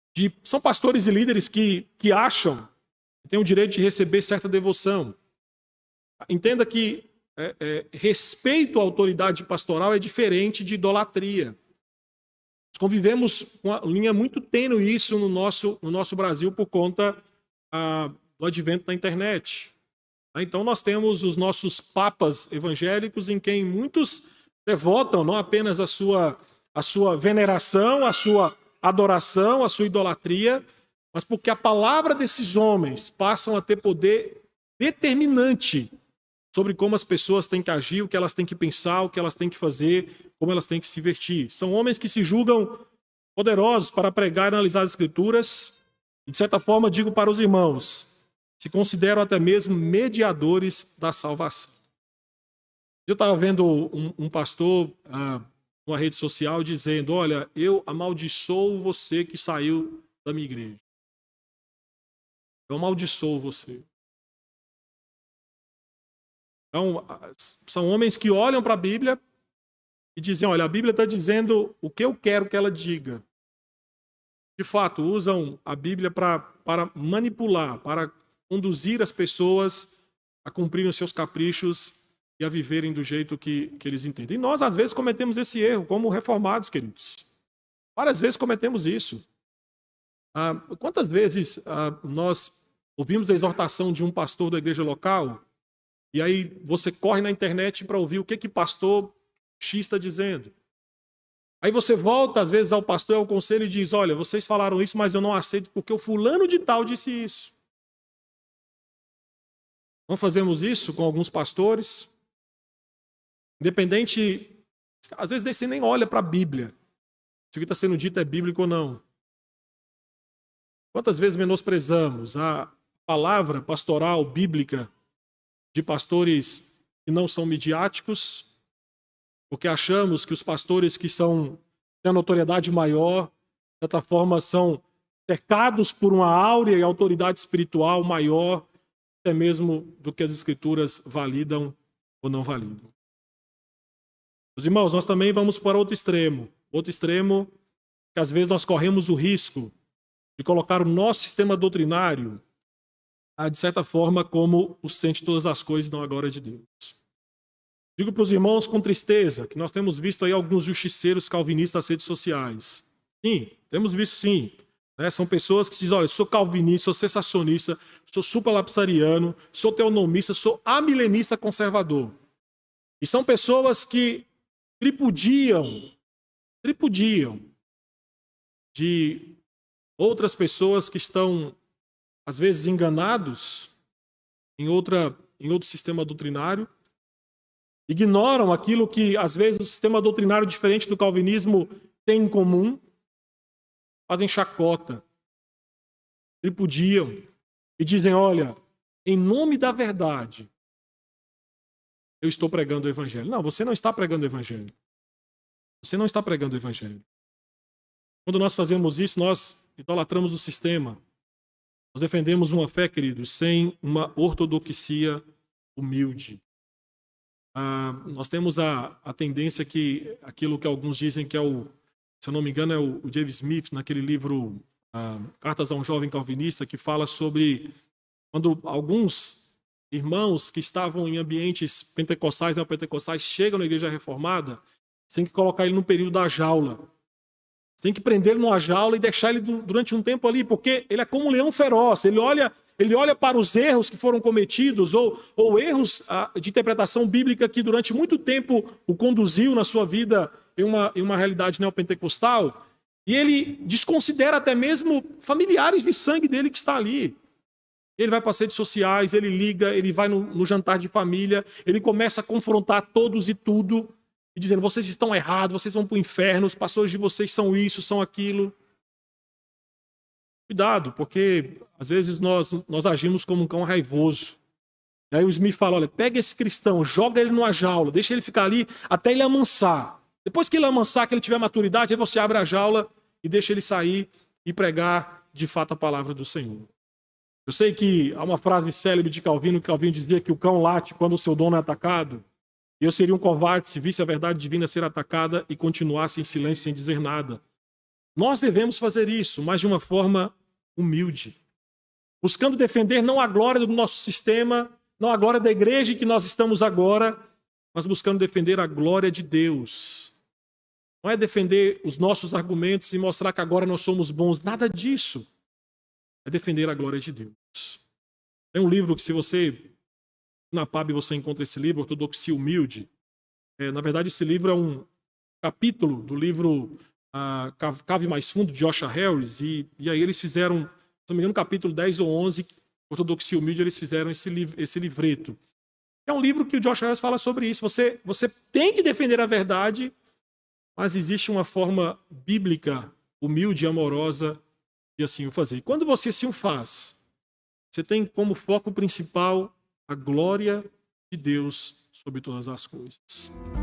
São pastores e líderes que acham que têm o direito de receber certa devoção. Entenda que respeito à autoridade pastoral é diferente de idolatria. Nós convivemos com uma linha muito tênue isso no nosso Brasil por conta do advento da internet. Então nós temos os nossos papas evangélicos em quem muitos devotam não apenas a sua veneração, a sua adoração, a sua idolatria, mas porque a palavra desses homens passam a ter poder determinante sobre como as pessoas têm que agir, o que elas têm que pensar, o que elas têm que fazer, como elas têm que se vestir. São homens que se julgam poderosos para pregar e analisar as Escrituras, e de certa forma, digo para os irmãos, se consideram até mesmo mediadores da salvação. Eu estava vendo um pastor numa rede social dizendo: olha, eu amaldiçoo você que saiu da minha igreja. Eu amaldiçoo você. Então, são homens que olham para a Bíblia e dizem: olha, a Bíblia está dizendo o que eu quero que ela diga. De fato, usam a Bíblia para manipular, para conduzir as pessoas a cumprirem os seus caprichos e a viverem do jeito que eles entendem. E nós, às vezes, cometemos esse erro, como reformados, queridos. Várias vezes cometemos isso. Quantas vezes nós ouvimos a exortação de um pastor da igreja local e aí você corre na internet para ouvir o que pastor X está dizendo. Aí você volta, às vezes, ao pastor e ao conselho e diz: olha, vocês falaram isso, mas eu não aceito porque o fulano de tal disse isso. Não fazemos isso com alguns pastores. Independente, às vezes você nem olha para a Bíblia, se o que está sendo dito é bíblico ou não. Quantas vezes menosprezamos a palavra pastoral bíblica de pastores que não são midiáticos, porque achamos que os pastores que têm a notoriedade maior, de certa forma, são cercados por uma áurea e autoridade espiritual maior, até mesmo do que as Escrituras validam ou não validam. Os irmãos, nós também vamos para outro extremo. Outro extremo que às vezes nós corremos o risco de colocar o nosso sistema doutrinário, de certa forma, como o centro de todas as coisas, não a glória de Deus. Digo para os irmãos com tristeza que nós temos visto aí alguns justiceiros calvinistas nas redes sociais. Sim, temos visto sim. São pessoas que dizem: olha, eu sou calvinista, sou cessacionista, sou supralapsariano, sou teonomista, sou amilenista conservador. E são pessoas que tripudiam de outras pessoas que estão, às vezes, enganados em outro sistema doutrinário, ignoram aquilo que, às vezes, o sistema doutrinário diferente do calvinismo tem em comum, fazem chacota, tripudiam e dizem: olha, em nome da verdade, eu estou pregando o Evangelho. Não, você não está pregando o Evangelho. Você não está pregando o Evangelho. Quando nós fazemos isso, nós idolatramos o sistema. Nós defendemos uma fé, queridos, sem uma ortodoxia humilde. Nós temos a tendência que aquilo que alguns dizem que se eu não me engano, é o James Smith, naquele livro Cartas a um Jovem Calvinista, que fala sobre quando alguns irmãos que estavam em ambientes pentecostais e neopentecostais chegam na igreja reformada, você tem que colocar ele no período da jaula. Você tem que prender ele numa jaula e deixar ele durante um tempo ali, porque ele é como um leão feroz. Ele olha para os erros que foram cometidos ou erros de interpretação bíblica que durante muito tempo o conduziu na sua vida em uma realidade neopentecostal, e ele desconsidera até mesmo familiares de sangue dele que está ali. Ele vai para as redes sociais, ele liga, ele vai no jantar de família, ele começa a confrontar todos e tudo, e dizendo: vocês estão errados, vocês vão para o inferno, os pastores de vocês são isso, são aquilo. Cuidado, porque às vezes nós agimos como um cão raivoso. E aí o Smith fala: olha, pega esse cristão, joga ele numa jaula, deixa ele ficar ali até ele amansar. Depois que ele amansar, que ele tiver maturidade, aí você abre a jaula e deixa ele sair e pregar de fato a palavra do Senhor. Eu sei que há uma frase célebre de Calvino, que Calvino dizia que o cão late quando o seu dono é atacado, e eu seria um covarde se visse a verdade divina ser atacada e continuasse em silêncio sem dizer nada. Nós devemos fazer isso, mas de uma forma humilde, buscando defender não a glória do nosso sistema, não a glória da igreja em que nós estamos agora, mas buscando defender a glória de Deus. Não é defender os nossos argumentos e mostrar que agora nós somos bons, nada disso. É defender a glória de Deus. Tem um livro que, se você, na PAB você encontra esse livro, Ortodoxia Humilde. Na verdade, esse livro é um capítulo do livro Cave Mais Fundo, de Joshua Harris, e aí eles fizeram, se não me engano, capítulo 10 ou 11, Ortodoxia Humilde, eles fizeram esse livreto. É um livro que o Joshua Harris fala sobre isso. Você tem que defender a verdade, mas existe uma forma bíblica, humilde e amorosa de assim o fazer. E quando você assim o faz, você tem como foco principal a glória de Deus sobre todas as coisas.